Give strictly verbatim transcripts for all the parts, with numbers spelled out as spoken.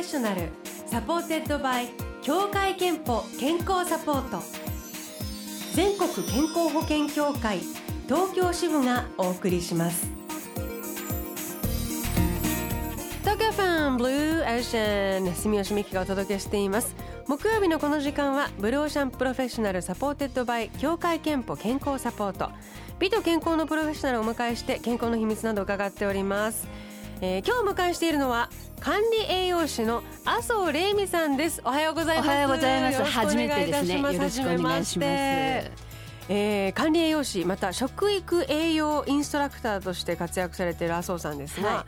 ッショナルサポーテッドバイ協会憲法健康サポート、全国健康保険協会東京支部がお送りします。東京ファンブルーオーシャン、住吉美希がお届けしています。木曜日のこの時間はブルーオーシャンプロフェッショナルサポーテッドバイ協会憲法健康サポート、美と健康のプロフェッショナルをお迎えして健康の秘密などを伺っております。えー、今日お迎えしているのは管理栄養士の麻生玲美さんです。おはようございます。 おはようございます。 初めてですね。よろしくお願いします。えー、管理栄養士また食育栄養インストラクターとして活躍されている麻生さんですが、はい、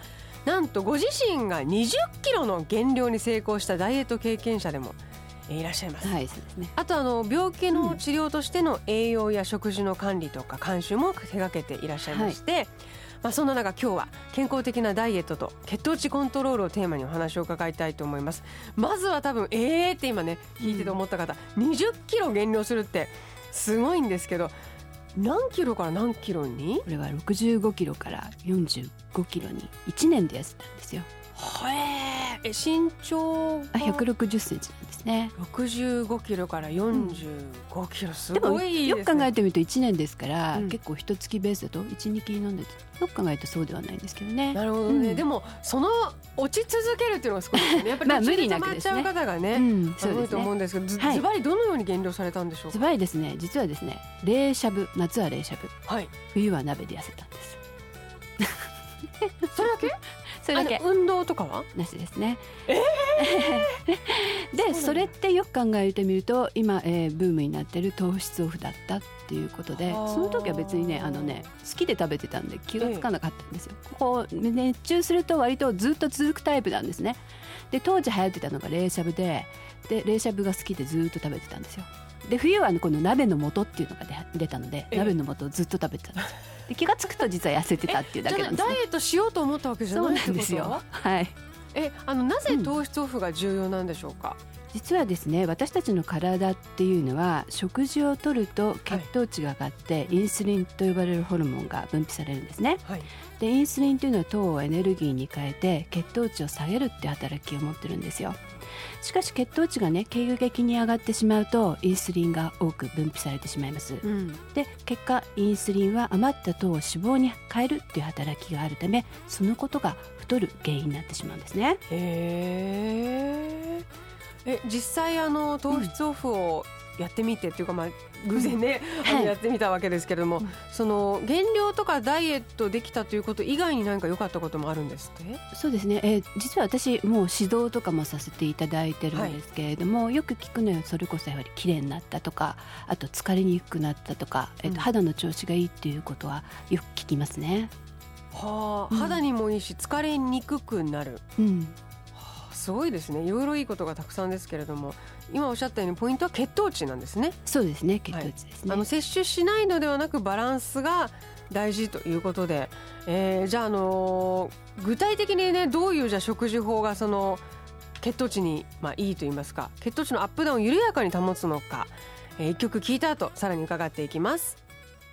なんとご自身がにじゅっキロの減量に成功したダイエット経験者でもいらっしゃいます。 はい、そうですね。 あとあの病気の治療としての栄養や食事の管理とか監修も手掛けていらっしゃいまして、はい、まあ、そんな中今日は健康的なダイエットと血糖値コントロールをテーマにお話を伺いたいと思います。まずは多分えーって今ね聞いてて思った方、うん、にじゅっキロ減量するってすごいんですけど、何キロから何キロに？ これはろくじゅうごキロからよんじゅうごキロにいちねんで痩せたんですよ。 へー、え身長がひゃくろくじゅっセンチなんですね。 ろくじゅうごキロからよんじゅうごキロ、すごいですね。 でもよく考えてみるといちねんですから、うん、結構一月ベースだといち、にキロ飲んでよく考えるとそうではないんですけどね。 なるほどね、うん、でもその落ち続けるっていうのがすごいですね。やっぱり途中で止まっちゃう方がね、まあ、無理なくですね、すごいと思うんですけど、ず、はい、ずばりどのように減量されたんでしょうか？ ずばりですね、実はですね、冷しゃぶ、夏は冷しゃぶ、はい、冬は鍋で痩せたんです。 それだけ？ それだけ。 運動とかはなしですね。 えー、でそれってよく考えてみると今、えー、ブームになってる糖質オフだったっていうことで、その時は別にねあのね好きで食べてたんで気がつかなかったんですよ。えー、ここ熱中すると割とずっと続くタイプなんですね。で当時流行ってたのが冷しゃぶで、で冷しゃぶが好きでずっと食べてたんですよ。で冬は、ね、この鍋の素っていうのが出たので、鍋の素をずっと食べてたんですよ。で気がつくと実は痩せてたっていうだけなんですね。 ダイエットしようと思ったわけじゃないってこと？ そうなんですよ。はい。 えあのなぜ糖質オフが重要なんでしょうか？ うん、実はですね、私たちの体っていうのは食事をとると血糖値が上がって、はい、インスリンと呼ばれるホルモンが分泌されるんですね。はい、でインスリンというのは糖をエネルギーに変えて血糖値を下げるって働きを持ってるんですよ。しかし血糖値がね急激に上がってしまうとインスリンが多く分泌されてしまいます。うん、で結果インスリンは余った糖を脂肪に変えるっていう働きがあるため、そのことが太る原因になってしまうんですね。 へー、え実際あの糖質オフをやってみてっていうか、まあ偶然ね、うん、あのやってみたわけですけれども、はい、その減量とかダイエットできたということ以外に何か良かったこともあるんですって？ そうですね、えー、実は私もう指導とかもさせていただいてるんですけれども、はい、よく聞くのはそれこそやはり綺麗になったとか、あと疲れにくくなったとか、えーとうん、肌の調子がいいっていうことはよく聞きますね。 はあ、うん、肌にもいいし疲れにくくなる、うん、すごいですね。いろいろいいことがたくさんですけれども、今おっしゃったようにポイントは血糖値なんですね。 そうですね、血糖値ですね。 はい、あの摂取しないのではなくバランスが大事ということで、えー、じゃあ、あのー、具体的にねどういうじゃ食事法がその血糖値に、まあ、いいといいますか、血糖値のアップダウンを緩やかに保つのか、えー、一曲聴いた後さらに伺っていきます。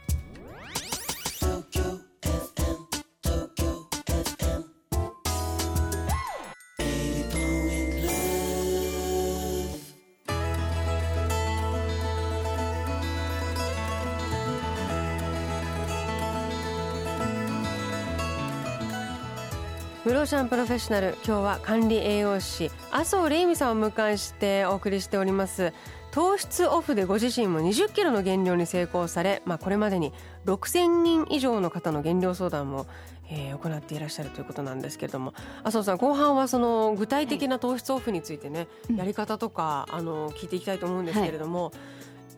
ブルーオーシャンプロフェッショナル、今日は管理栄養士麻生玲美さんをお迎えしてお送りしております。糖質オフでご自身もにじゅっキロの減量に成功され、まあ、これまでにろくせんにん以上の方の減量相談も、えー、行っていらっしゃるということなんですけれども、麻生さん後半はその具体的な糖質オフについてね、はい、やり方とかあの聞いていきたいと思うんですけれども、はい、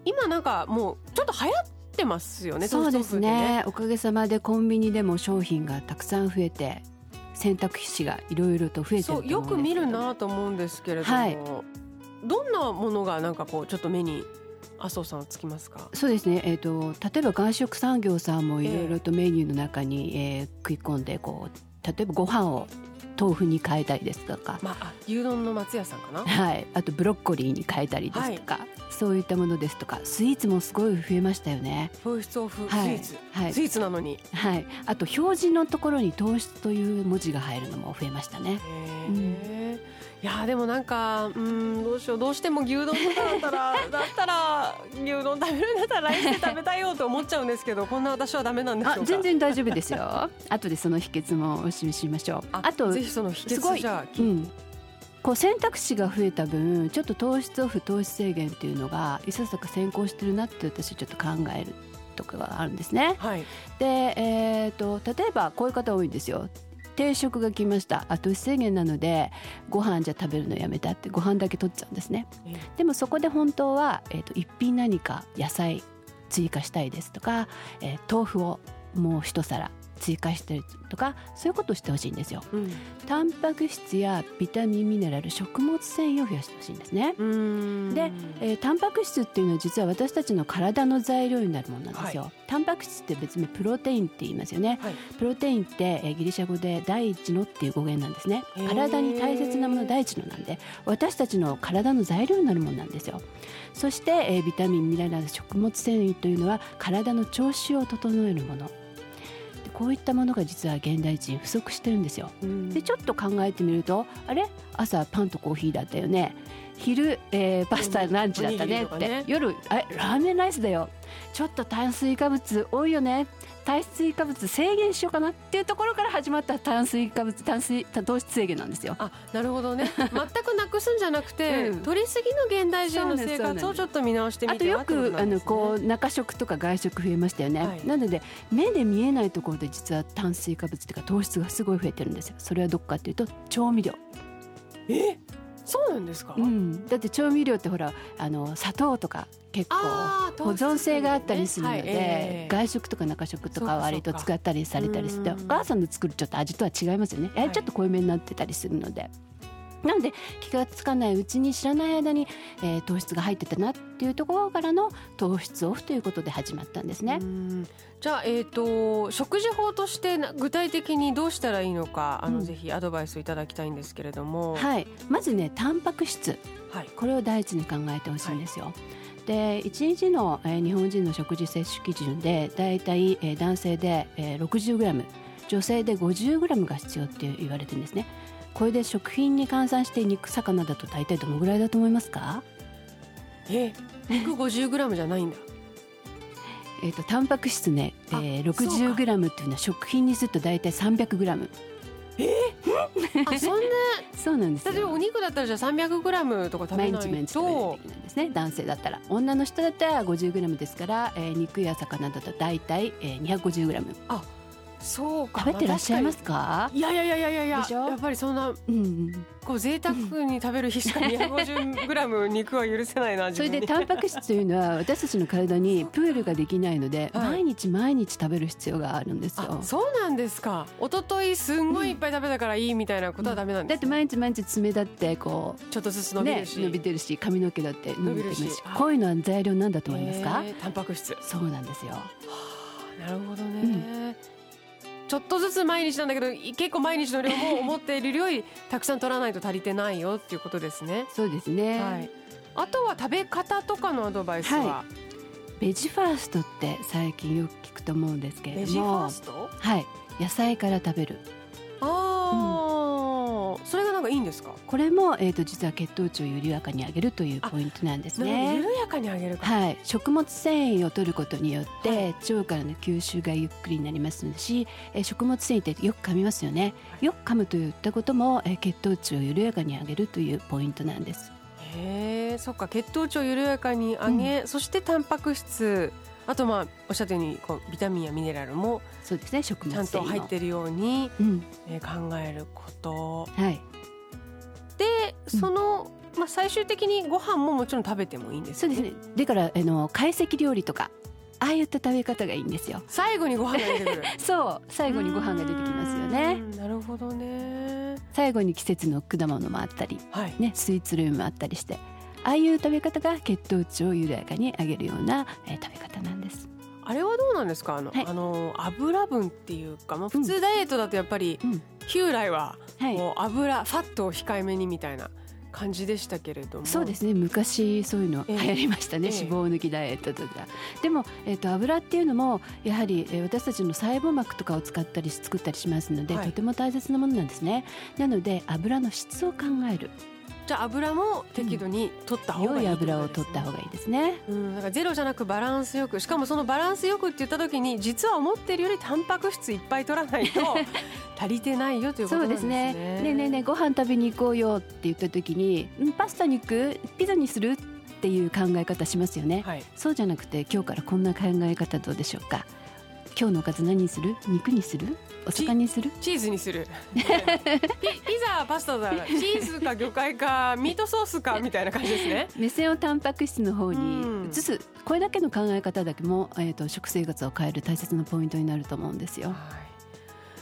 今なんかもうちょっと流行ってますよね、糖質オフってね。 そうですね、おかげさまでコンビニでも商品がたくさん増えて選択肢がいろいろと増えてると思うんですけど、 そうよく見るなと思うんですけれども、はい、どんなものがなんかこうちょっと目に麻生さんはつきますか？ そうですね、えーと、例えば外食産業さんもいろいろとメニューの中に、えーえー、食い込んでこう例えばご飯を豆腐に変えたりですとか、 まあ、牛丼の松屋さんかな、 はい、あとブロッコリーに変えたりですとか、はい、そういったものですとか、スイーツもすごい増えましたよね。 糖質オフスイーツ、はいはい、スイーツなのに、 はい、あと表示のところに糖質という文字が入るのも増えましたね。 へー、うん、いいやでもなんかうんどうしよう、どうしても牛丼とかだったらだったら牛丼食べるんだったらライスで食べたいよと思っちゃうんですけど、こんな私はダメなんでしょうか。 あ全然大丈夫ですよ。後でその秘訣もお示ししましょう。 ああとぜひその秘訣じゃあ、うん、 こう選択肢が増えた分ちょっと糖質オフ糖質制限っていうのがいささか先行してるなって私ちょっと考えるとかがあるんですね、 はい、 で、えーと、例えばこういう方多いんですよ。定食が来ました、あ糖質制限なのでご飯じゃ食べるのやめたってご飯だけ取っちゃうんですね、うん、でもそこで本当は、えーと、一品何か野菜追加したいですとか、えー、豆腐をもう一皿追加してるとかそういうことをしてほしいんですよ、うん、タンパク質やビタミンミネラル食物繊維を増やしてほしいんですね。うんで、えー、タンパク質っていうのは実は私たちの体の材料になるものなんですよ、はい、タンパク質って別にプロテインって言いますよね、はい、プロテインって、えー、ギリシャ語で第一のっていう語源なんですね。体に大切なもの第一のなんで私たちの体の材料になるものなんですよ。そして、えー、ビタミンミネラル食物繊維というのは体の調子を整えるもの、こういったものが実は現代人不足してるんですよ。でちょっと考えてみるとあれ朝パンとコーヒーだったよね、昼、えー、パスタランチだったねって、ね、夜あれラーメンライスだよ、ちょっと炭水化物多いよね、炭水化物制限しようかなっていうところから始まった炭水化物炭水糖質制限なんですよ。 あなるほどね全くなくすんじゃなくて、うん、取りすぎの現代人の生活をちょっと見直してみては、 あとよく、ね、あのこう中食とか外食増えましたよね、はい、なので目で見えないところで実は炭水化物っていうか糖質がすごい増えてるんですよ。それはどこかっていうと調味料。 えそうなんですか、 うん、だって調味料ってほらあの砂糖とか結構保存性があったりするので、ねはいえー、外食とか中食とか割と使ったりされたりしてお母さんの作るちょっと味とは違いますよね、はい、ちょっと濃いめになってたりするので、なので気がつかないうちに知らない間に、えー、糖質が入ってたなっていうところからの糖質オフということで始まったんですね。 うんじゃあ、えーと、食事法として具体的にどうしたらいいのかあの、うん、ぜひアドバイスをいただきたいんですけれども、 はい、まずねタンパク質、はい、これを第一に考えてほしいんですよ、はい、でいちにちの、えー、日本人の食事摂取基準でだいたい、えー、男性で、えー、ろくじゅうグラム 女性で ごじゅうグラム が必要って言われてるんですね。これで食品に換算して肉魚だと大体どのぐらいだと思いますか？ え肉 ごじゅうグラム じゃないんだえとタンパク質ね、えー、ろくじゅうグラム っていうのは食品にすると大体 さんびゃくグラム。 えー、あそんなそうなんですよ。 例えばお肉だったらじゃあ さんびゃくグラム とか食べないと毎日毎日食べないといけないんですね。男性だったら。女の人だったら ごじゅうグラム ですから、えー、肉や魚だと大体、えー、にひゃくごじゅうグラム。 あそうか。 食べてらっしゃいますか？ いやいやいやいやいややっぱりそんな、うん、こう贅沢に食べる日しか にひゃくごじゅうグラム 肉は許せないな。 それでタンパク質というのは私たちの体にプールができないので、はい、毎日毎日食べる必要があるんですよ。 あそうなんですか。一昨日すんごいいっぱい食べたからいいみたいなことはダメなんです、ね、 だって毎日毎日爪だってこうちょっとずつ伸びるし、 ね、伸びてるし髪の毛だって伸びてるし、こういうのは材料なんだと思いますか？ タンパク質。 そうなんですよ。はあ、なるほどね、うんちょっとずつ毎日なんだけど結構毎日の量も思っているよりたくさん取らないと足りてないよっていうことですね。 そうですね、 はい、あとは食べ方とかのアドバイスは、はい、 ベジファーストって最近よく聞くと思うんですけれども。 ベジファースト？ はい、野菜から食べる。 あ、うん、それがなんかいいんですか？ これも、えー、と実は血糖値を緩やかに上げるというポイントなんですね。 緩やかに上げるか、 はい、食物繊維を取ることによって、はい、腸からの吸収がゆっくりになりますし、えー、食物繊維ってよく噛みますよね、はい、よく噛むといったことも、えー、血糖値を緩やかに上げるというポイントなんです。 へえ、そっか。血糖値を緩やかに上げ、うん、そしてタンパク質、あとまあおっしゃったようにこうビタミンやミネラルもそうですね、食物繊維ちゃんと入っているように、うんえー、考えること、 はい、 でその、うんまあ、最終的にご飯ももちろん食べてもいいんですよね。 そうですね。だからあの懐石料理とかああいった食べ方がいいんですよ。 最後にご飯が出てくるそう最後にご飯が出てきますよね。 なるほどね。 最後に季節の果物もあったり、 はいね、スイーツ類もあったりして、ああいう食べ方が血糖値を緩やかに上げるような、えー、食べ方なんです。 あれはどうなんですか？あの、はい、あの油分っていうか、まあ、普通ダイエットだとやっぱり、うん、旧来はこう油、はい、ファットを控えめにみたいな感じでしたけれども。 そうですね、昔そういうの流行りましたね、えー、脂肪抜きダイエットとか。でも、えー、と油っていうのもやはり、えー、私たちの細胞膜とかを使ったり作ったりしますので、はい、とても大切なものなんですね。なので油の質を考える、 じゃあ油も適度に取った方がいい、ね、 良い油を取った方がいいですね。 うん、だからゼロじゃなくバランスよく、しかもそのバランスよくって言った時に実は思ってるよりタンパク質いっぱい取らないと足りてないよということなんですね。 そうですね。ねえねえねえご飯食べに行こうよって言った時に、んパスタに行く、ピザにするっていう考え方しますよね、はい、そうじゃなくて今日からこんな考え方どうでしょうか。今日のおかず何にする？肉にする？お魚にする？ チーズにするピ, ピザパスタだチーズか魚介かミートソースかみたいな感じですね。 目線をタンパク質の方に移す、これだけの考え方だけも、えーと、食生活を変える大切なポイントになると思うんですよ。はい、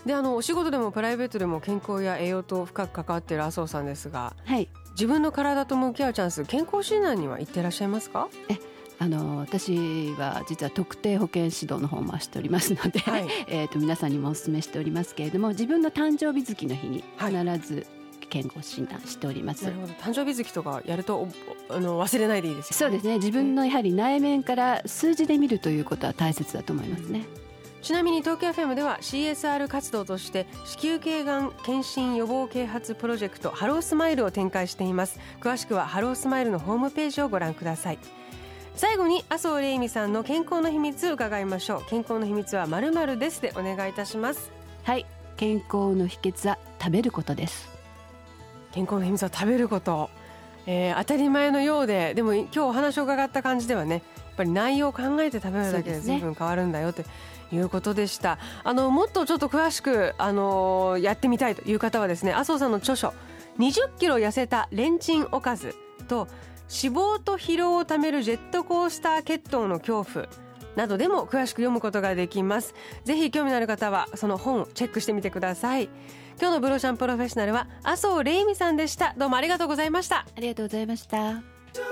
であのお仕事でもプライベートでも健康や栄養と深く関わっている麻生さんですが、はい、自分の体と向き合うチャンス、健康診断には行ってらっしゃいますか？ えあの私は実は特定保健指導の方もしておりますので、はい、えーと皆さんにもお勧めしておりますけれども、自分の誕生日月の日に必ず健康診断しております。 はい、なるほど。誕生日月とかやるとあの忘れないでいいですよね。 そうですね。自分のやはり内面から数字で見るということは大切だと思いますね。 うん、ちなみに東京 エフエム では シーエスアール 活動として子宮頸がん検診予防啓発プロジェクトハロースマイルを展開しています。詳しくはハロースマイルのホームページをご覧ください。最後に麻生玲美さんの健康の秘密を伺いましょう。健康の秘密は〇〇ですでお願いいたします。 はい、健康の秘訣は食べることです。 健康の秘密は食べること、えー、当たり前のようで、でも今日お話を伺った感じではね、やっぱり内容を考えて食べるだけで随分変わるんだよということでした。あのもっとちょっと詳しく、あのー、やってみたいという方はですね、麻生さんの著書にじゅっキロ痩せたレンチンおかずと脂肪と疲労をためるジェットコースター血糖の恐怖などでも詳しく読むことができます。ぜひ興味のある方はその本をチェックしてみてください。今日のブロシャンプロフェッショナルは麻生玲美さんでした。どうもありがとうございました。 ありがとうございました。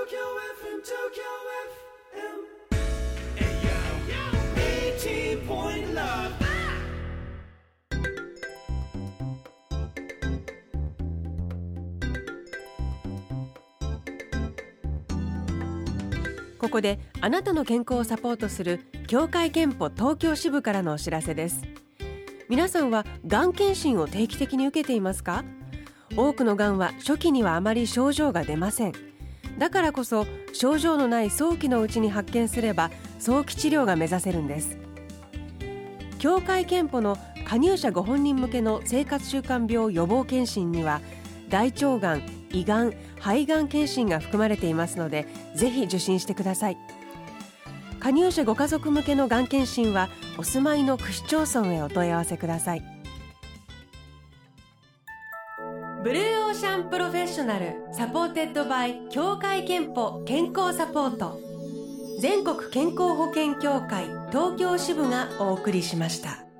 ここであなたの健康をサポートする協会憲法東京支部からのお知らせです。皆さんはがん検診を定期的に受けていますか？多くのがんは初期にはあまり症状が出ません。だからこそ症状のない早期のうちに発見すれば早期治療が目指せるんです。協会憲法の加入者ご本人向けの生活習慣病予防検診には大腸がん、胃がん、肺がん検診が含まれていますので、ぜひ受診してください。加入者ご家族向けのがん検診はお住まいの区市町村へお問い合わせください。ブルーオーシャンプロフェッショナルサポーテッドバイ協会憲法健康サポート、全国健康保険協会東京支部がお送りしました。